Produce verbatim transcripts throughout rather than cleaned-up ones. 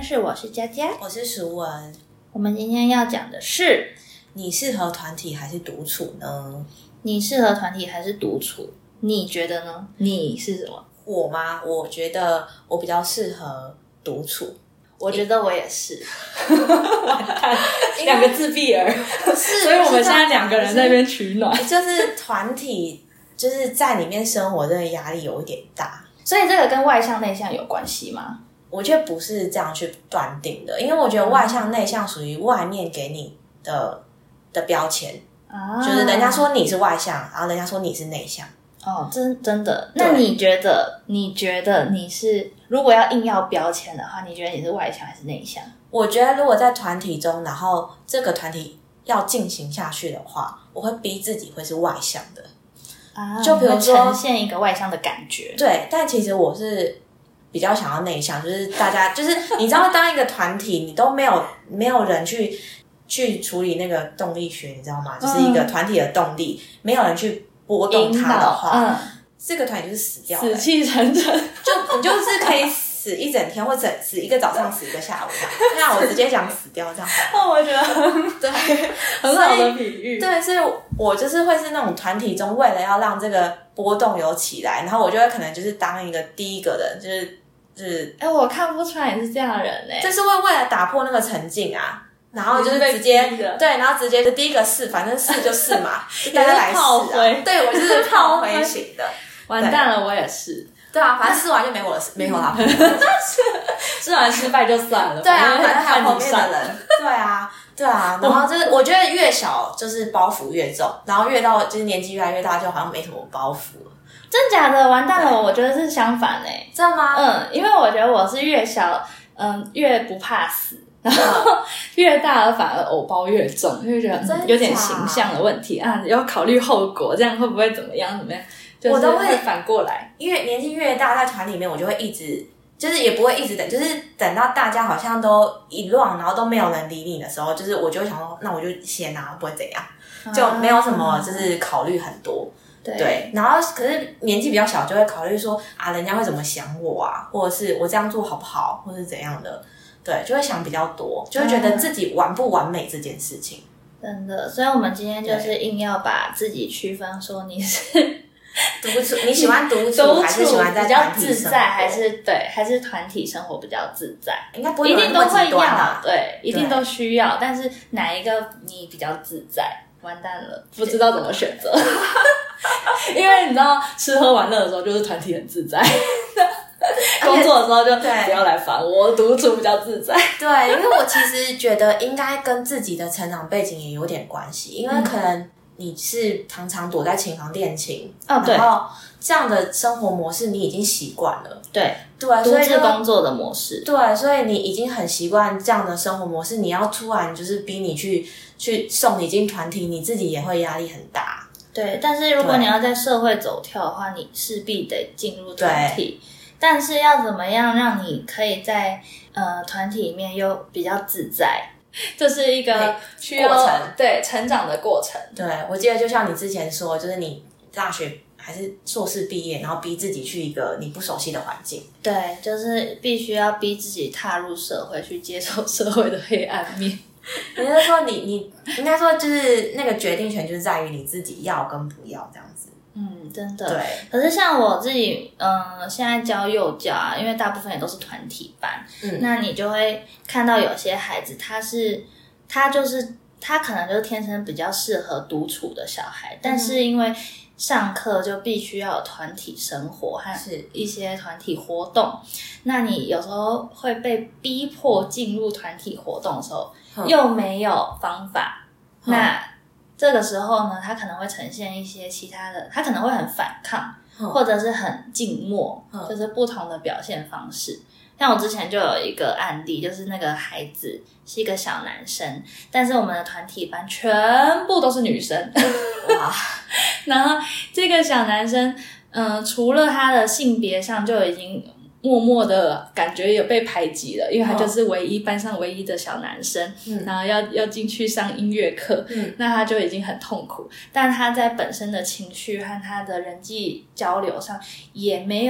室，我是佳佳， 我是淑文。 我们今天要讲的是， 你适合团体还是独处呢？ 你适合团体还是独处？你觉得呢？你是什么？ 我吗？我觉得我比较适合独处。 我觉得我也是。完蛋，两个自闭儿。 不是， 所以我们现在两个人在那边取暖。 就是团体，就是在里面生活，真的压力有一点大。 所以这个跟外向内向有关系吗？ 我觉得不是这样去断定的，因为我觉得外向内向属于外面给你的的标签、啊、就是人家说你是外向，然后人家说你是内向。 哦，真真的。那你觉得你觉得你是，如果要硬要标签的话，你觉得你是外向还是内向？ 我觉得如果在团体中，然后这个团体要进行下去的话，我会逼自己会是外向的啊， 就比如说呈现一个外向的感觉。 对，但其实我是比较想要内向，就是大家就是你知道，当一个团体你都没有没有人去去处理那个动力学，你知道吗？就是一个团体的动力，嗯、没有人去波动它的话，嗯、这个团体就是死掉了， 死气沉沉。 就你就是可以死一整天，或者死一个早上，死一个下午这样。那我直接讲死掉这样。 哦，我觉得对， 很好的比喻。 对，所以我就是会是那种团体中，为了要让这个波动有起来，然后我就会可能就是当一个第一个人，就是就是哎、欸，我看不出来你是这样的人哎、欸， 就是会为了打破那个沉静啊。然后就是直接对，然后直接就第一个试，反正试就试嘛，就大家来试啊。对，我就是炮灰型的。 完蛋了，我也是。 对啊，反正试完就没我的事，没有啦。 试完失败就算了。 对啊，反正还有后面的人。对啊，对啊。然后就是我觉得越小就是包袱越重，然后越到就是年纪越来越大，就好像没什么包袱了。 真假的？完蛋了，我觉得是相反哎、欸。 真的吗？ 嗯，因为我觉得我是越小，嗯，越不怕死。然后越大了反而偶包越重，就会觉得、嗯、有点形象的问题啊，要考虑后果，这样会不会怎么样怎么样？就是、 我都会反过来， 因为年纪越大，在团里面我就会一直，就是也不会一直等，就是等到大家好像都一乱，然后都没有人理你的时候，就是我就会想说，那我就先啊，不会怎样，就没有什么就是考虑很多。对, 对，然后可是年纪比较小，就会考虑说啊，人家会怎么想我啊，或者是我这样做好不好，或者是怎样的。对，就会想比较多，就会觉得自己完不完美这件事情。 真的，所以我们今天就是硬要把自己区分，说你是独处，你喜欢独处还是喜欢在团体生活？ 比较自在，还是对，还是团体生活比较自在？ 应该不会有人一定都会极端啊， 对，一定都需要。但是哪一个你比较自在？完蛋了，不知道怎么选择。因为你知道，吃喝玩乐的时候就是团体很自在。工作的时候就不要来烦我，独处比较自在。 对，因为我其实觉得应该跟自己的成长背景也有点关系，因为可能你是常常躲在琴房练琴， 哦，对， 然后这样的生活模式你已经习惯了， 对对， 独自工作的模式， 对，所以你已经很习惯这样的生活模式，你要突然就是逼你去去送你进团体，你自己也会压力很大。 对，但是如果你要在社会走跳的话，你势必得进入团体。但是要怎么样让你可以在呃团体里面又比较自在，这是一个过程， 对成长的过程。 对，我记得就像你之前说，就是你大学还是硕士毕业，然后逼自己去一个你不熟悉的环境。 对，就是必须要逼自己踏入社会，去接受社会的黑暗面。 也就是说你，你你应该说就是那个决定权就是在于你自己要跟不要这样子。 嗯，真的。 对。 可是像我自己，嗯、呃，现在教幼教啊，因为大部分也都是团体班，嗯，那你就会看到有些孩子，他是他就是他可能就是天生比较适合独处的小孩，但是因为上课就必须要有团体生活和一些团体活动，那你有时候会被逼迫进入团体活动的时候，嗯、又没有方法，嗯、那。这个时候呢，他可能会呈现一些其他的，他可能会很反抗，嗯、或者是很静默，嗯、就是不同的表现方式。像我之前就有一个案例，就是那个孩子是一个小男生，但是我们的团体班全部都是女生，哇！然后这个小男生，嗯、呃，除了他的性别上就已经默默的感觉有被排挤了，因为他就是唯一、哦、班上唯一的小男生，嗯、然后要要进去上音乐课，嗯、那他就已经很痛苦，但他在本身的情绪和他的人际交流上也没有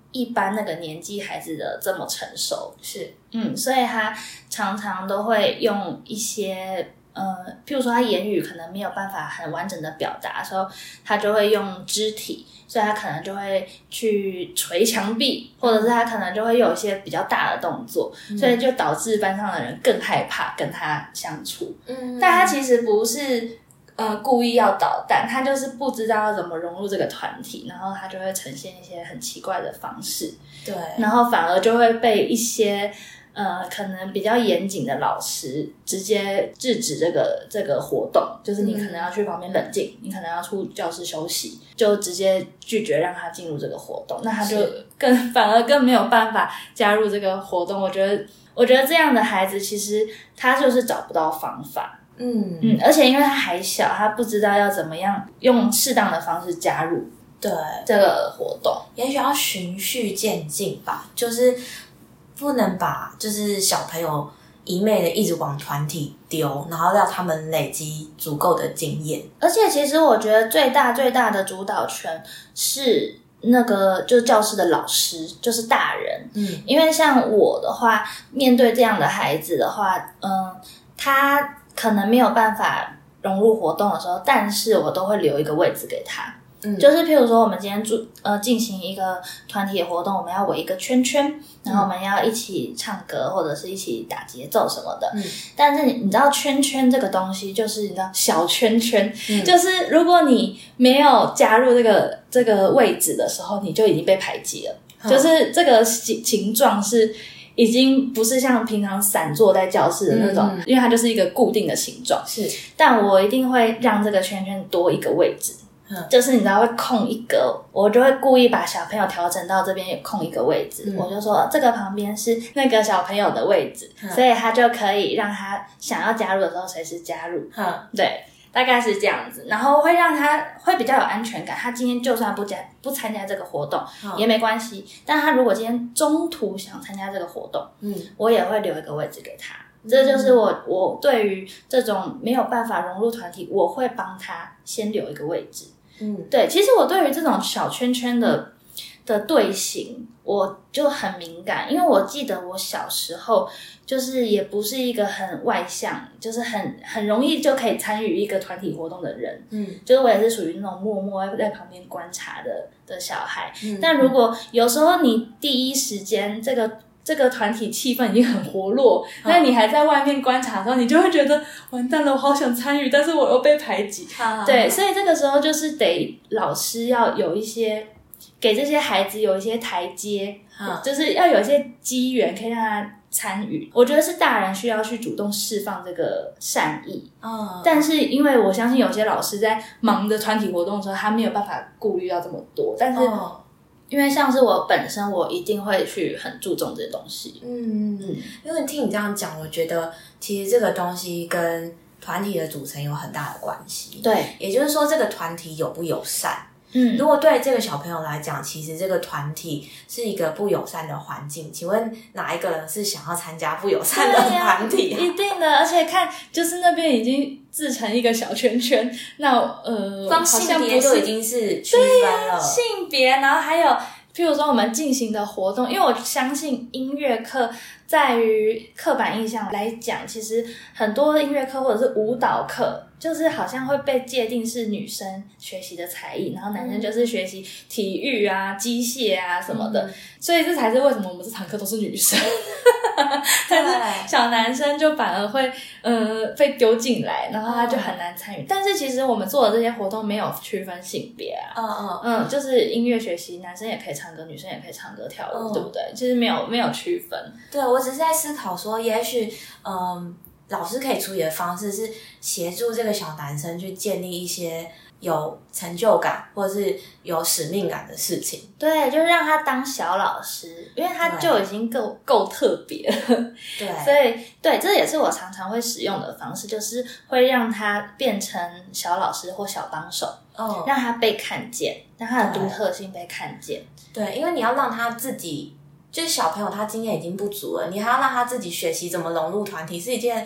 一般那个年纪孩子的这么成熟， 是， 嗯，所以他常常都会用一些呃，譬如说他言语可能没有办法很完整的表达的时候，他就会用肢体，所以他可能就会去捶墙壁，或者是他可能就会有一些比较大的动作，嗯、所以就导致班上的人更害怕跟他相处。嗯，但他其实不是呃故意要捣蛋，他就是不知道要怎么融入这个团体，然后他就会呈现一些很奇怪的方式。 对， 然后反而就会被一些呃，可能比较严谨的老师直接制止这个这个活动，就是你可能要去旁边冷静，嗯、你可能要出教室休息，就直接拒绝让他进入这个活动，那他就更反而更没有办法加入这个活动。我觉得，我觉得这样的孩子其实他就是找不到方法，嗯嗯，而且因为他还小，他不知道要怎么样用适当的方式加入对这个活动， 也许要循序渐进吧，就是不能把就是小朋友一昧的一直往团体丢，然后让他们累积足够的经验。 而且其实我觉得最大最大的主导权是那个就是教室的老师，就是大人。嗯，因为像我的话，面对这样的孩子的话，嗯，他可能没有办法融入活动的时候，但是我都会留一个位置给他。嗯，就是譬如说我们今天做呃进行一个团体的活动，我们要围一个圈圈，然后我们要一起唱歌或者是一起打节奏什么的。嗯，但是你你知道圈圈这个东西，就是你知道小圈圈，嗯、就是如果你没有加入这个这个位置的时候，你就已经被排挤了。嗯、就是这个形形状是已经不是像平常散坐在教室的那种，嗯、因为它就是一个固定的形状。是，但我一定会让这个圈圈多一个位置。就是你知道会空一格，我就会故意把小朋友调整到这边也空一个位置，嗯、我就说这个旁边是那个小朋友的位置，嗯、所以他就可以让他想要加入的时候随时加入。嗯，对，大概是这样子，然后会让他会比较有安全感。他今天就算不加不参加这个活动，嗯、也没关系，但他如果今天中途想参加这个活动，嗯，我也会留一个位置给他。这就是我我对于这种没有办法融入团体，我会帮他先留一个位置。嗯，对，其实我对于这种小圈圈的的队形，我就很敏感，因为我记得我小时候就是也不是一个很外向，就是很很容易就可以参与一个团体活动的人，嗯，就是我也是属于那种默默在旁边观察的的小孩。嗯，但如果有时候你第一时间这个。这个团体气氛已经很活络，那、嗯、你还在外面观察的时候，你就会觉得完蛋了，我好想参与，但是我又被排挤。嗯、对，所以这个时候就是得老师要有一些给这些孩子有一些台阶，嗯、就是要有一些机缘可以让他参与。我觉得是大人需要去主动释放这个善意，嗯、但是因为我相信有些老师在忙着团体活动的时候，他没有办法顾虑到这么多，但是。嗯因为像是我本身，我一定会去很注重这些东西。嗯嗯，因为听你这样讲，我觉得其实这个东西跟团体的组成有很大的关系。 对， 也就是说，这个团体友不友善。嗯，如果对这个小朋友来讲，其实这个团体是一个不友善的环境，请问哪一个人是想要参加不友善的团体、啊？ 一定的，而且看就是那边已经制成一个小圈圈，那呃， 光性别就已经是区分了， 性别，然后还有譬如说我们进行的活动，因为我相信音乐课在于刻板印象来讲，其实很多音乐课或者是舞蹈课。就是好像会被界定是女生学习的才艺，然后男生就是学习体育啊、机械啊什么的，嗯、所以这才是为什么我们这堂课都是女生，但是小男生就反而会呃被丢进来，然后他就很难参与。嗯、但是其实我们做的这些活动没有区分性别啊，嗯嗯嗯，就是音乐学习，男生也可以唱歌，女生也可以唱歌跳舞，嗯、对不对？其实没有没有区分。 对，我只是在思考说，也许嗯。老师可以处理的方式是协助这个小男生去建立一些有成就感或者是有使命感的事情。 对，就是让他当小老师，因为他就已经够够特别了。对，所以对，这也是我常常会使用的方式，就是会让他变成小老师或小帮手，哦，让他被看见，让他的独特性被看见。 对，因为你要让他自己。就是小朋友他经验已经不足了，你还要让他自己学习怎么融入团体，是一件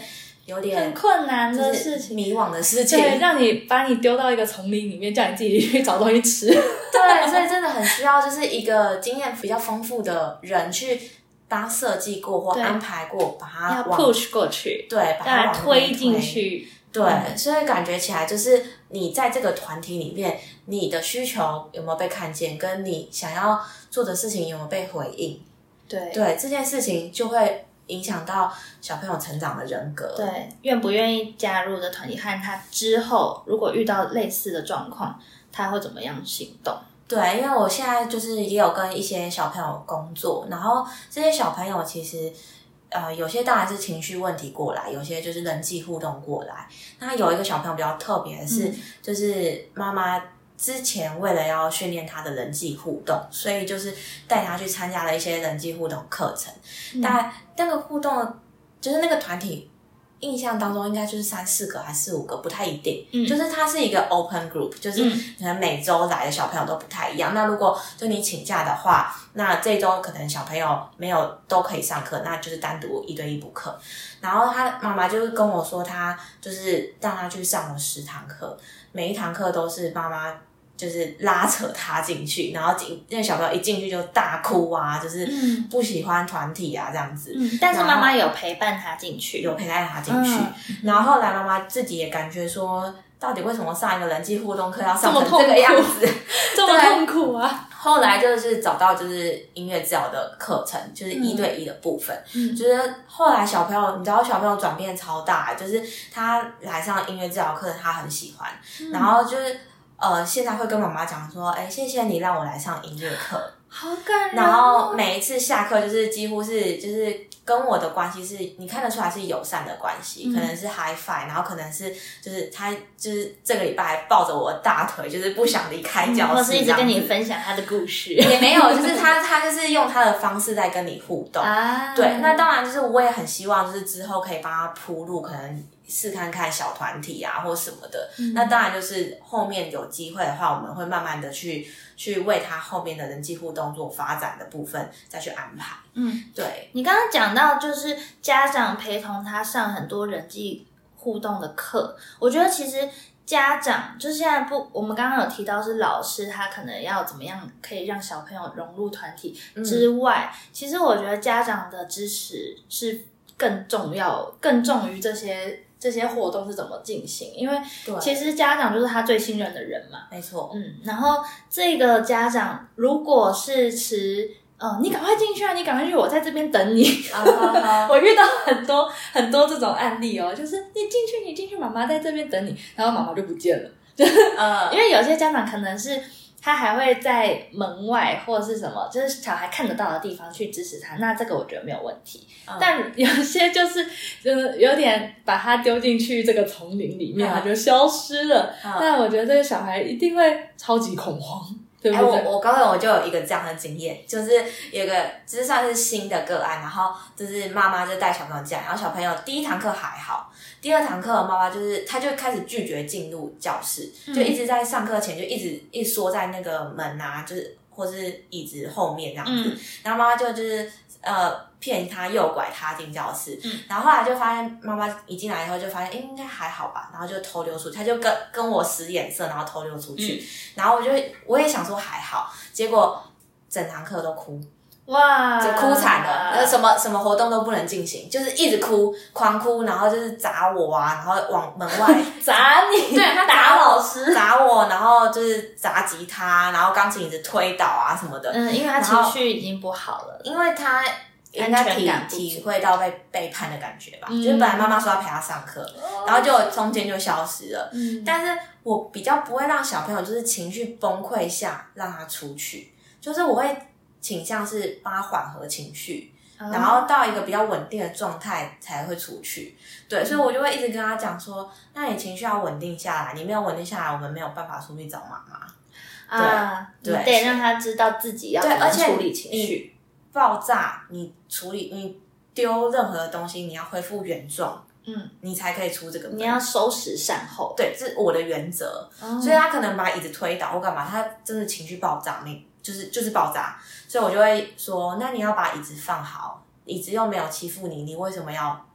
有点很困难的事情， 迷惘的事情， 对，让你把你丢到一个丛林里面，叫你自己去找东西吃。 对，所以真的很需要就是一个经验比较丰富的人去帮他设计过或安排过，把它要 push 过去， 对，把它推进去。 对、嗯，所以感觉起来就是你在这个团体里面，你的需求有没有被看见，跟你想要做的事情有没有被回应？ 对对，这件事情就会影响到小朋友成长的人格。 对，愿不愿意加入的团体和他之后，如果遇到类似的状况，他会怎么样行动？ 对，因为我现在就是也有跟一些小朋友工作，然后这些小朋友其实。呃，有些当然是情绪问题过来，有些就是人际互动过来。那有一个小朋友比较特别的是，嗯、就是妈妈之前为了要训练他的人际互动，所以就是带他去参加了一些人际互动课程。嗯、但那个互动，就是那个团体，印象当中应该就是三四个还是四五个，不太一定。嗯，就是它是一个 open group， 就是可能每周来的小朋友都不太一样。嗯、那如果就你请假的话，那这周可能小朋友没有都可以上课，那就是单独一对一补课。然后他妈妈就是跟我说，他就是让他去上了十堂课，每一堂课都是妈妈就是拉扯他进去，然后进那个小朋友一进去就大哭啊，就是不喜欢团体啊这样子。 嗯，但是妈妈有陪伴他进去， 有陪伴他进去。嗯、然后后来妈妈自己也感觉说，到底为什么上一个人际互动课要上成这个样子， 这么痛苦啊？ 后来就是找到就是音乐治疗的课程，就是一对一的部分。嗯，就是后来小朋友，你知道小朋友转变超大，就是他来上音乐治疗课，他很喜欢，嗯、然后就是。呃，现在会跟妈妈讲说，哎，谢谢你让我来上音乐课， 好感人。 然后每一次下课就是几乎是就是跟我的关系是，你看得出来是友善的关系，嗯、可能是 high five， 然后可能是就是他就是这个礼拜还抱着我的大腿，就是不想离开教室， 或是一直跟你分享他的故事， 也没有，就是他他就是用他的方式在跟你互动。啊，对，那当然就是我也很希望就是之后可以帮他铺路，可能。试看看小团体啊或什么的、嗯、那当然就是后面有机会的话我们会慢慢的去去为他后面的人际互动做发展的部分再去安排。嗯，对， 你刚刚讲到就是家长陪同他上很多人际互动的课，我觉得其实家长就是现在不，我们刚刚有提到是老师他可能要怎么样可以让小朋友融入团体之外、嗯、其实我觉得家长的支持是更重要更重于这些这些活动是怎么进行，因为其实家长就是他最信任的人嘛。 没错。 嗯，然后这个家长如果是持呃，你赶快进去啊，你赶快去，我在这边等你。Uh, uh, uh. 我遇到很多很多这种案例哦，就是你进去你进去，妈妈在这边等你，然后妈妈就不见了。呃， uh. 因为有些家长可能是他还会在门外或者是什么，就是小孩看得到的地方去支持他，那这个我觉得没有问题。嗯、但有些就是就是有点把他丢进去这个丛林里面，嗯、他就消失了。嗯、那我觉得这个小孩一定会超级恐慌，对不对？ 哎、我我刚刚我就有一个这样的经验，就是有一个就是算是新的个案，然后就是妈妈就带小朋友进来，然后小朋友第一堂课还好。第二堂课，妈妈就是她就开始拒绝进入教室，嗯、就一直在上课前就一直一直缩在那个门啊，就是或是椅子后面这样子。嗯、然后妈妈就就是呃骗他诱拐他进教室，嗯、然后后来就发现妈妈一进来以后就发现，哎，应该还好吧，然后就偷溜出去，他就跟跟我使眼色，然后偷溜出去。嗯、然后我就我也想说还好，结果整堂课都哭。哇，就哭惨了，什么什么活动都不能进行，就是一直哭，狂哭，然后就是砸我啊，然后往门外砸你， 对，他打老师，砸我，然后就是砸吉他，然后钢琴一直推倒啊什么的。 嗯，因为他情绪已经不好了， 因为他应该体体会到被背叛的感觉吧，嗯、就是本来妈妈说要陪他上课，嗯、然后就中间就消失了。嗯，但是我比较不会让小朋友就是情绪崩溃下让他出去，就是我会。倾向是帮他缓和情绪，嗯、然后到一个比较稳定的状态才会出去。对，所以我就会一直跟他讲说，那你情绪要稳定下来，你没有稳定下来，我们没有办法出去找妈妈。 啊，对，你得让他知道自己要怎么处理情绪。 爆炸，你处理你丢任何的东西，你要恢复原状。嗯，你才可以出这个门。 你要收拾善后， 对，这是我的原则。哦、所以他可能把椅子推倒或干嘛，他真的情绪爆炸，你就是就是爆炸。所以我就会说，那你要把椅子放好，椅子又没有欺负你，你为什么要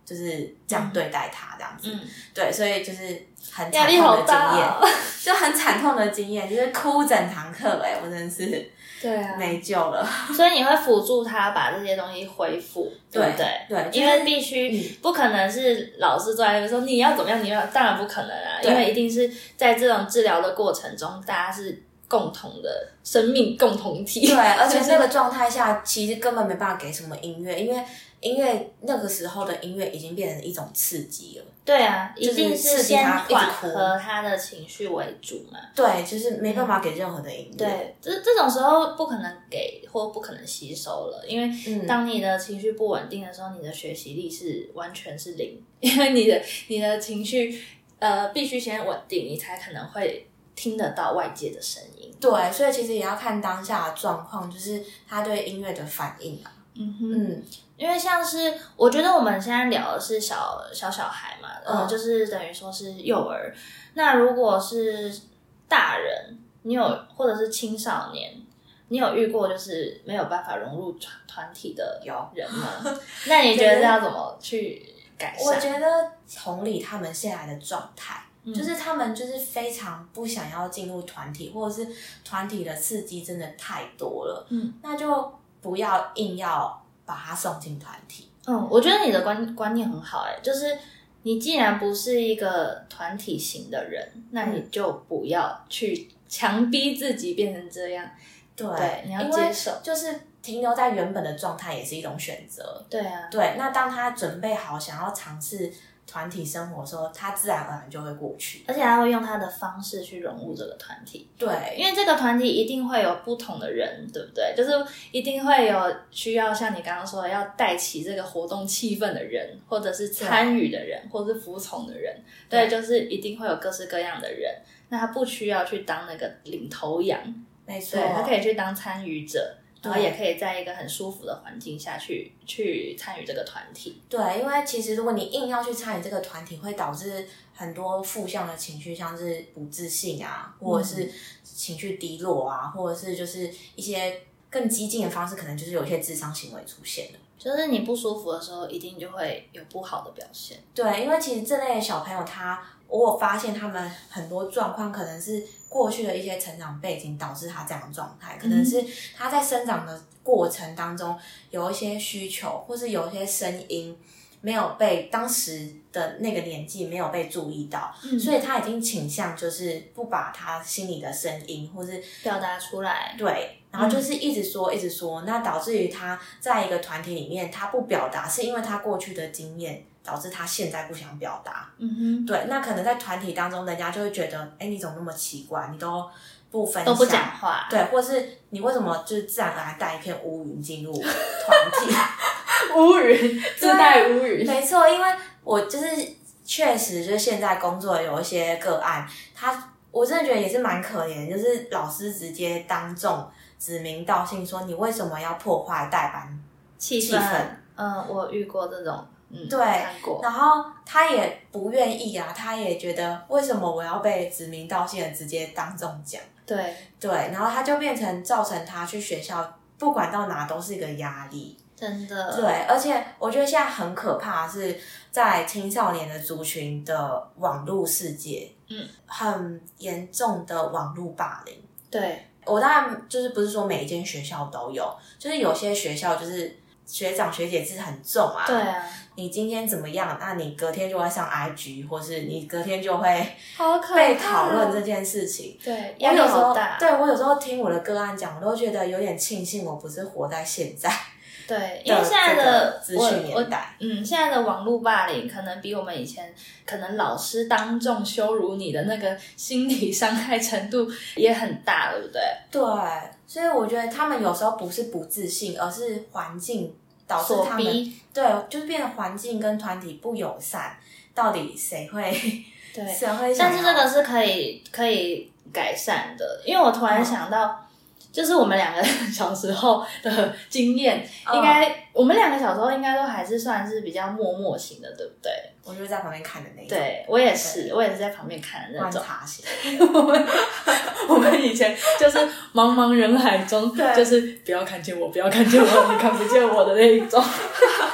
就是这样对待他这样子。 嗯， 对，所以就是很压力惨痛的经好大、 验， 哦、 就很惨痛的经验，就是哭整堂课哎、欸，我真的是对啊没救了。 所以你会辅助他把这些东西恢复，对不对？ 对， 因为必须、嗯、不可能是老师坐在那边说你要怎么样，你要当然不可能啊，因为一定是在这种治疗的过程中，大家是共同的生命共同体。 对，而且这个状态下其实根本没办法给什么音乐，因为音乐那个时候的音乐已经变成一种刺激了。 对啊，一定是先缓和他的情绪为主嘛。 对，就是没办法给任何的音乐。 对，这这种时候不可能给或不可能吸收了，因为当你的情绪不稳定的时候，你的学习力是完全是零，因为你的你的情绪呃必须先稳定，你才可能会听得到外界的声音。 对，所以其实也要看当下的状况，就是他对音乐的反应啊。 嗯哼，嗯，因为像是我觉得我们现在聊的是小小小孩嘛，嗯、呃，就是等于说是幼儿。那如果是大人，你有或者是青少年，你有遇过就是没有办法融入团团体的人吗？那你觉得要怎么去改善？ 我觉得同理他们现在的状态。嗯、就是他们就是非常不想要进入团体，或者是团体的刺激真的太多了，嗯，那就不要硬要把他送进团体。 嗯，我觉得你的观观念很好、欸，就是你既然不是一个团体型的人，那你就不要去强逼自己变成这样。对，对，你要接受， 就是停留在原本的状态也是一种选择。 对啊， 对，那当他准备好想要尝试团体生活的时候，他自然而然就会过去， 而且他会用他的方式去融入这个团体。 对， 因为这个团体一定会有不同的人，对不对？就是一定会有需要像你刚刚说的，要带起这个活动气氛的人，或者是参与的人，或者是服从的人。对，对，就是一定会有各式各样的人。那他不需要去当那个领头羊， 没错， 对，他可以去当参与者。然后也可以在一个很舒服的环境下去去参与这个团体。 对，因为其实如果你硬要去参与这个团体，会导致很多负向的情绪，像是不自信啊，或者是情绪低落啊，或者是就是一些更激进的方式，可能就是有一些自伤行为出现了。 就是你不舒服的时候，一定就会有不好的表现。 对，因为其实这类的小朋友他，我有发现他们很多状况可能是过去的一些成长背景导致他这样的状态，可能是他在生长的过程当中有一些需求，或是有一些声音没有被当时的那个年纪没有被注意到、嗯、所以他已经倾向就是不把他心里的声音或是表达出来。对， 然后就是一直说、嗯、一直说，那导致于他在一个团体里面他不表达，是因为他过去的经验导致他现在不想表达。嗯哼，对，那可能在团体当中人家就会觉得哎，你怎么那么奇怪，你都不分享都不讲话， 对，或是你为什么就是自然而然带一片乌云进入团体乌云，自带乌云。 没错，因为我就是确实就是现在工作有一些个案，他我真的觉得也是蛮可怜，就是老师直接当众指名道姓说你为什么要破坏代班气氛。嗯，我遇过这种。嗯， 对，然后他也不愿意啊，他也觉得为什么我要被指名道姓的直接当众讲。 对对，然后他就变成造成他去学校不管到哪都是一个压力。 真的。 对，而且我觉得现在很可怕的是在青少年的族群的网络世界，嗯，很严重的网络霸凌。 对， 我当然就是不是说每一间学校都有，就是有些学校就是学长学姐制很重啊。 对啊， 你今天怎么样，那你隔天就会上 I G， 或是你隔天就会好可怕被讨论这件事情。 对，压力好大。 对，我有时候听我的个案讲，我都觉得有点庆幸我不是活在现在。 对，因为现在的资讯年代， 嗯，现在的网络霸凌可能比我们以前可能老师当众羞辱你的那个心理伤害程度也很大，对不对？ 对，所以我觉得他们有时候不是不自信，而是环境导致他们，对，就是变得环境跟团体不友善，到底谁会对谁会？ 但是这个是可以可以改善的，因为我突然想到。嗯，就是我们两个小时候的经验，应该、哦、我们两个小时候应该都还是算是比较默默型的，对不对？ 我就是在旁边看的那种。 对，我也是，我也是在旁边看的那种。 观察型。 我们我们以前就是茫茫人海中，就是不要看见我，不要看见我，你看不见我的那一种。但是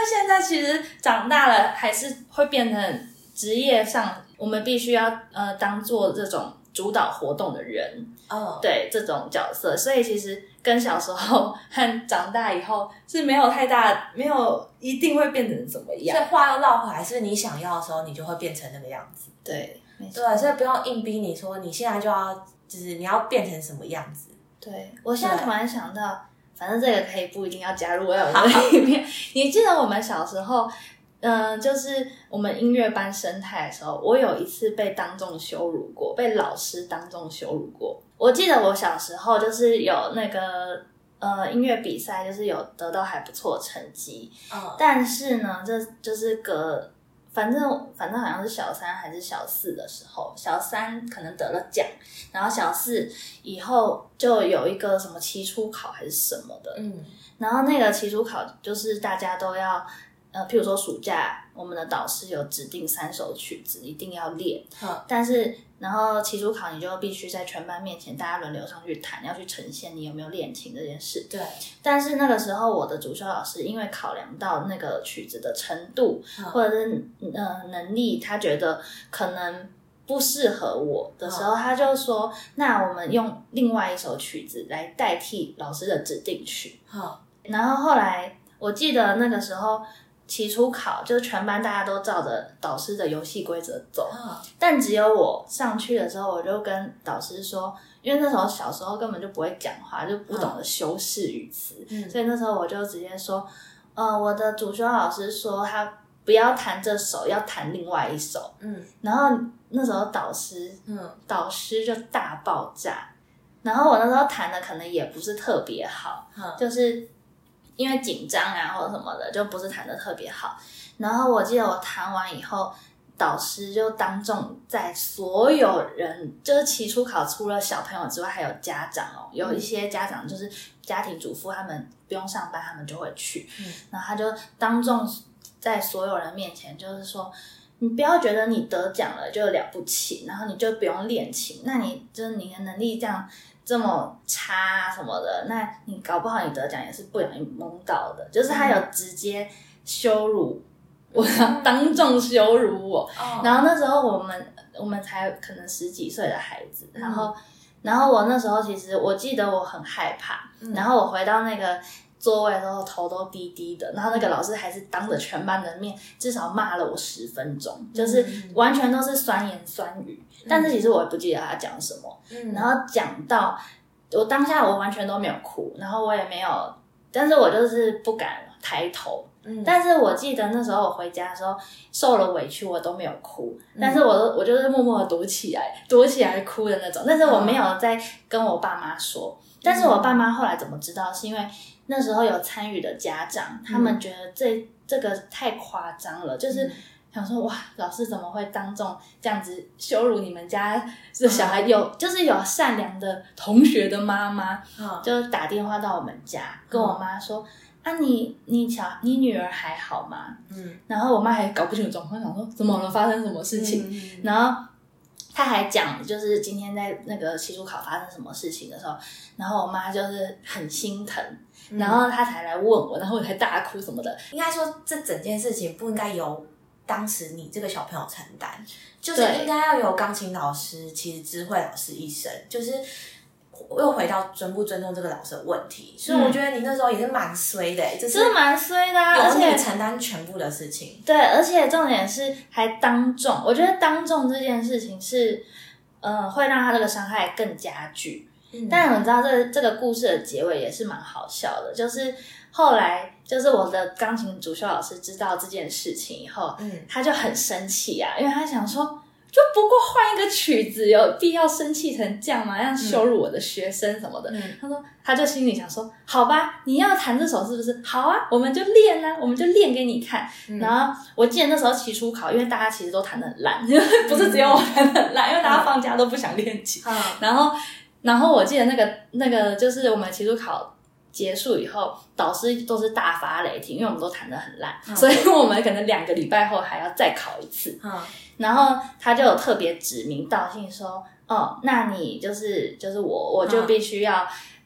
现在其实长大了还是会变成职业上，我们必须要呃当做这种主导活动的人，哦，对这种角色，所以其实跟小时候和长大以后是没有太大，没有一定会变成怎么样。 所以话又绕回来，是不是你想要的时候，你就会变成那个样子？ 对， 对，所以不用硬逼你说你现在就要，就是你要变成什么样子。 对，我现在突然想到，反正这个可以不一定要加入在我们里面。你记得我们小时候？嗯、呃，就是我们音乐班生态的时候，我有一次被当众羞辱过，被老师当众羞辱过。我记得我小时候就是有那个呃音乐比赛，就是有得到还不错的成绩，哦，但是呢，这就是隔反正反正好像是小三还是小四的时候，小三可能得了奖，然后小四以后就有一个什么期初考还是什么的，嗯，然后那个期初考就是大家都要。呃，譬如说暑假，我们的导师有指定三首曲子一定要练，嗯，但是然后期初考你就必须在全班面前大家轮流上去弹，要去呈现你有没有练琴这件事。对。但是那个时候我的主修老师因为考量到那个曲子的程度，嗯，或者是呃能力，他觉得可能不适合我的时候，嗯，他就说那我们用另外一首曲子来代替老师的指定曲。嗯，然后后来我记得那个时候。期初考就是全班大家都照着导师的游戏规则走，哦，但只有我上去的时候，我就跟导师说，因为那时候小时候根本就不会讲话，就不懂得修饰语词，嗯，所以那时候我就直接说，呃，我的主修老师说他不要弹这首，要弹另外一首，嗯，然后那时候导师，嗯，导师就大爆炸，然后我那时候弹的可能也不是特别好，嗯，就是。因为紧张啊或者什么的，就不是弹得特别好。然后我记得我弹完以后，导师就当众在所有人，就是期初考除了小朋友之外，还有家长哦，有一些家长就是家庭主妇，他们不用上班，他们就会去。嗯，然后他就当众在所有人面前，就是说，你不要觉得你得奖了就了不起，然后你就不用练琴，那你就是你的能力这样。这么差啊什么的，那你搞不好你得奖也是不小心蒙到的，就是他有直接羞辱我，嗯，当众羞辱我，哦，然后那时候我们我们才可能十几岁的孩子，嗯，然后然后我那时候其实我记得我很害怕，嗯，然后我回到那个座位的时候头都低低的，然后那个老师还是当着全班的面至少骂了我十分钟，嗯，就是完全都是酸言酸语，嗯，但是其实我也不记得他讲什么，嗯，然后讲到我当下我完全都没有哭，然后我也没有，但是我就是不敢抬头，嗯，但是我记得那时候我回家的时候受了委屈我都没有哭，嗯，但是我我就是默默的躲起来躲起来哭的那种，但是我没有在跟我爸妈说，嗯，但是我爸妈后来怎么知道，是因为那时候有参与的家长，他们觉得这这个太夸张了，就是想说哇，老师怎么会当众这样子羞辱你们家的小孩？有就是有善良的同学的妈妈，嗯，就打电话到我们家，跟我妈说，嗯，啊你你小你女儿还好吗？嗯，然后我妈还搞不清楚状况，想说怎么了，发生什么事情？嗯，然后他还讲，就是今天在那个期初考发生什么事情的时候，然后我妈就是很心疼，嗯，然后他才来问我，然后我才大哭什么的。 应该说，这整件事情不应该由当时你这个小朋友承担，就是应该要由钢琴老师、其实智慧老师一生，就是又回到尊不尊重这个老师的问题。所以我觉得你那时候也是蛮衰的，欸， 就是真的蛮衰的，啊，而且承担全部的事情。 对，而且重点是还当众，我觉得当众这件事情是，呃，会让他这个伤害更加剧。嗯，但你知道这这个故事的结尾也是蛮好笑的，就是后来就是我的钢琴主修老师知道这件事情以后，嗯，他就很生气啊，因为他想说，就不过换一个曲子，有必要生气成这样吗？这样羞辱我的学生什么的。嗯，他说，他就心里想说，好吧，你要弹这首是不是？好啊，我们就练啊，我们就练给你看。嗯，然后我记得那时候期初考，因为大家其实都弹得很烂，不是只有我弹得很烂，因为大家放假都不想练琴。嗯，然后，然后我记得那个那个就是我们期初考结束以后，导师都是大发雷霆，因为我们都弹得很烂，嗯，所以我们可能两个礼拜后还要再考一次。嗯，然后他就有特别指名道姓说，哦，那你就是就是我，我就必须要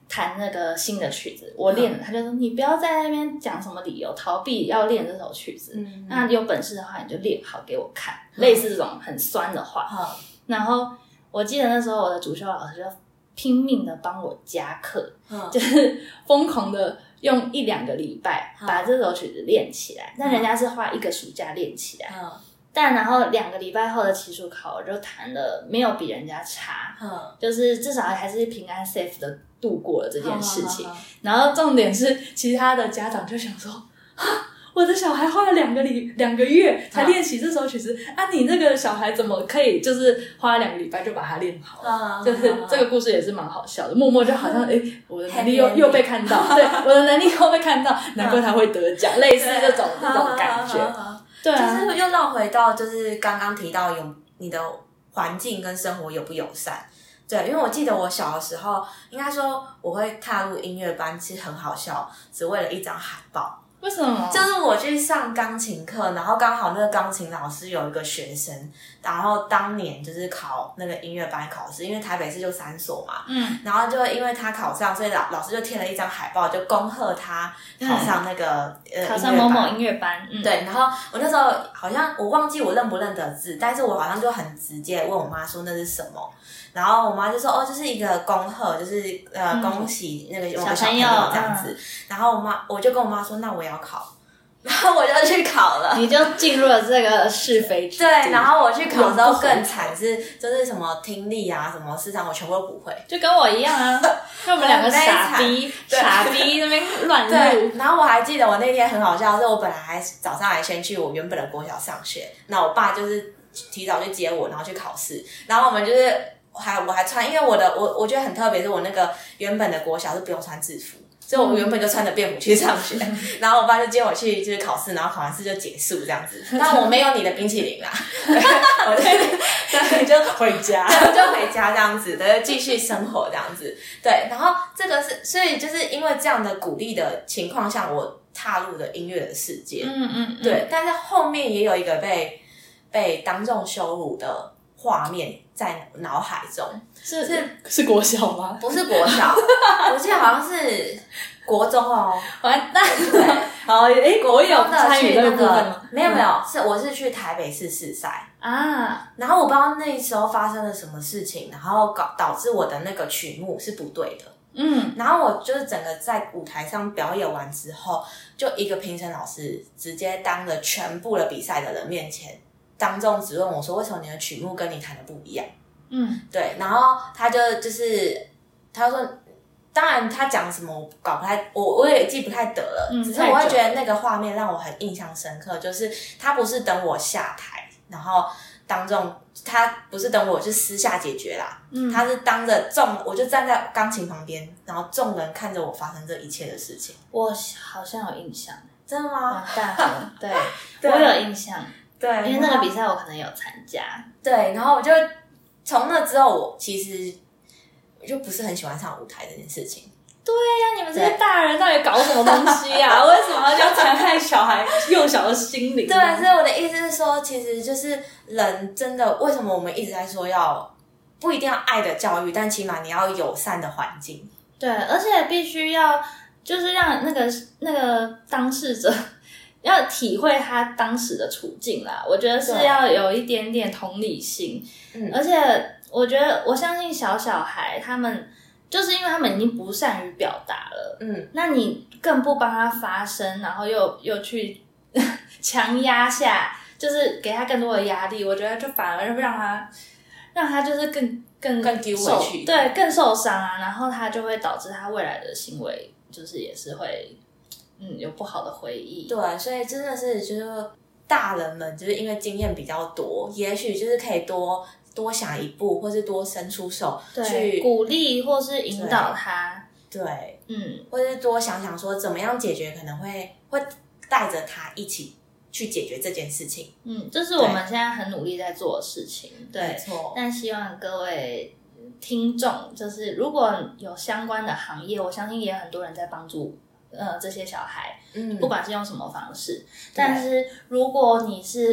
弹那个新的曲子，我练了，他就说你不要在那边讲什么理由逃避要练这首曲子，嗯、那有本事的话你就练好给我看，嗯、类似这种很酸的话。嗯、然后我记得那时候我的主修老师就拼命的帮我加课，嗯、就是疯狂的用一两个礼拜把这首曲子练起来，但、嗯、人家是花一个暑假练起来。嗯但然后两个礼拜后的期初考，我就弹的没有比人家差，嗯、就是至少还是平安 safe 的度过了这件事情。然后重点是，其他的家长就想说，啊，我的小孩花了两个礼两个月才练起这首曲子，啊，你那个小孩怎么可以就是花了两个礼拜就把它练好了？嗯、就是这个故事也是蛮好笑的，默默就好像哎，我的能力又又被看到，对，我的能力又被看到，难怪他会得奖，类似这种这种感觉。对啊， 就是又绕回到就是刚刚提到有你的环境跟生活友不友善。对，因为我记得我小的时候，应该说我会踏入音乐班，其实很好笑，只为了一张海报。 为什么？ 就是我去上钢琴课，然后刚好那个钢琴老师有一个学生，然后当年就是考那个音乐班考试，因为台北市就三所嘛，嗯，然后就因为他考上，所以老老师就贴了一张海报，就恭贺他考上那个、 嗯、呃考上某某音乐班， 嗯，对，然后我那时候好像我忘记我认不认得字，但是我好像就很直接问我妈说那是什么。然后我妈就说哦，就是一个恭贺，就是呃、嗯、恭喜那个某个小朋友这样子。嗯、然后我妈我就跟我妈说，那我也要考，然后我就去考了， 你就进入了这个是非之地。 对，然后我去考的时候更惨，是就是什么听力啊，什么市场我全部都不会， 就跟我一样啊。那我们两个傻逼，傻逼那边乱录。然后我还记得我那天很好笑，是我本来还早上还先去我原本的国小上学，那我爸就是提早去接我，然后去考试，然后我们就是。还我还穿，因为我的我我觉得很特别，是我那个原本的国小是不用穿制服，所以我原本就穿着便服去上学，嗯、然后我爸就接我去就是考试，然后考完试就结束这样子。但我没有你的冰淇淋啦，我就对就回家，对就回家这样子，对继续生活这样子。对，然后这个是所以就是因为这样的鼓励的情况下，我踏入了音乐的世界。嗯嗯嗯，对，但是后面也有一个被被当众羞辱的画面在脑海中， 是是是国小吗？ 不是国小，我记得好像是国中哦。 完蛋了，好，诶，我有参与那个部分吗？ 没有没有，是我是去台北市试赛啊。然后我不知道那时候发生了什么事情，然后搞导致我的那个曲目是不对的。嗯，然后我就是整个在舞台上表演完之后，就一个评审老师直接当着全部的比赛的人面前。当众质问我说：“为什么你的曲目跟你弹的不一样？”嗯，对，然后他就就是他说，当然他讲什么我搞不太，我我也记不太得了，嗯、只是我会觉得那个画面让我很印象深刻，就是他不是等我下台，然后当众他不是等我就私下解决啦，嗯，他是当着众，我就站在钢琴旁边，然后众人看着我发生这一切的事情。 我好像有印象， 真的吗？ 完蛋了，对，对我有印象。 对， 因为那个比赛我可能有参加。 对，然后我就从那之后，我其实我就不是很喜欢上舞台这件事情。 对呀、啊，你们这些大人到底搞什么东西啊？为什么要残害小孩幼小的心灵？ 对，所以我的意思是说，其实就是人真的，为什么我们一直在说要不一定要爱的教育，但起码你要友善的环境。 对，而且必须要就是让那个那个当事者。要体会他当时的处境啦，我觉得是要有一点点同理心，嗯，而且我觉得我相信小小孩他们就是因为他们已经不善于表达了，嗯，那你更不帮他发声，然后又又去强压下，就是给他更多的压力，我觉得就反而会让他让他就是更更更丢回去， 对，更受伤啊，然后他就会导致他未来的行为就是也是会。嗯，有不好的回忆。 对，所以真的是就是大人们就是因为经验比较多，也许就是可以多多想一步，或是多伸出手去鼓励或是引导他。 对，嗯，或是多想想说怎么样解决，可能会会带着他一起去解决这件事情。 嗯，这是我们现在很努力在做的事情。对， 没错。 但希望各位听众，就是如果有相关的行业，我相信也有很多人在帮助。呃，这些小孩，嗯，不管是用什么方式，但是如果你是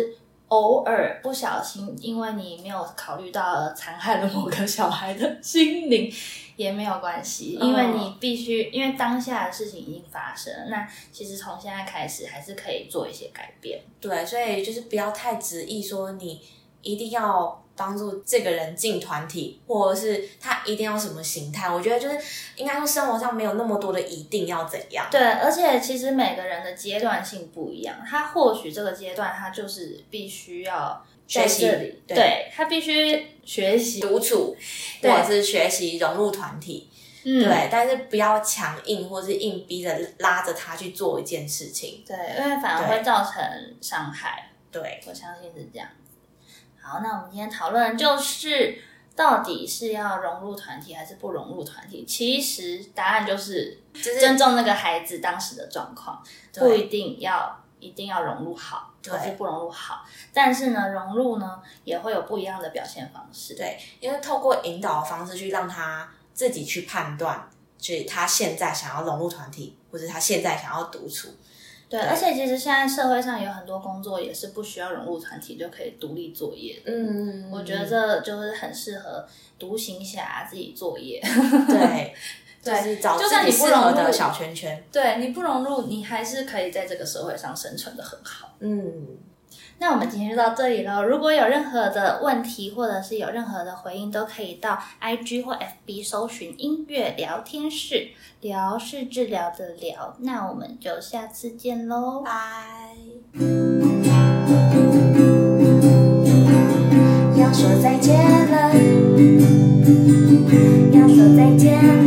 偶尔不小心，因为你没有考虑到而残害了某个小孩的心灵，也没有关系，因为你必须，因为当下的事情已经发生了，那其实从现在开始还是可以做一些改变。 对，所以就是不要太执意说你一定要帮助这个人进团体，或者是他一定要什么形态。我觉得就是应该说生活上没有那么多的一定要怎样。 对，而且其实每个人的阶段性不一样，他或许这个阶段他就是必须要在这里，对，对，他必须学习独处，或者是学习融入团体。嗯，对，但是不要强硬或是硬逼着拉着他去做一件事情。 对，因为反而会造成伤害。 对， 我相信是这样。好，那我们今天讨论就是到底是要融入团体还是不融入团体？其实答案就是尊重那个孩子当时的状况，不一定要一定要融入好，或是不融入好。但是呢，融入呢也会有不一样的表现方式。 对，因为透过引导的方式去让他自己去判断，就是他现在想要融入团体，或者他现在想要独处。 对，而且其实现在社会上有很多工作也是不需要融入团体就可以独立作业的。嗯嗯，我觉得这就是很适合独行侠自己作业。 对，就是找自己适合的小圈圈。 对，你不融入，你还是可以在这个社会上生存的很好。嗯。那我们今天就到这里了。如果有任何的问题，或者是有任何的回应，都可以到 I G 或 F B 搜寻音乐聊天室，聊是治疗的聊。那我们就下次见咯， 拜。 要说再见了，要说再见了。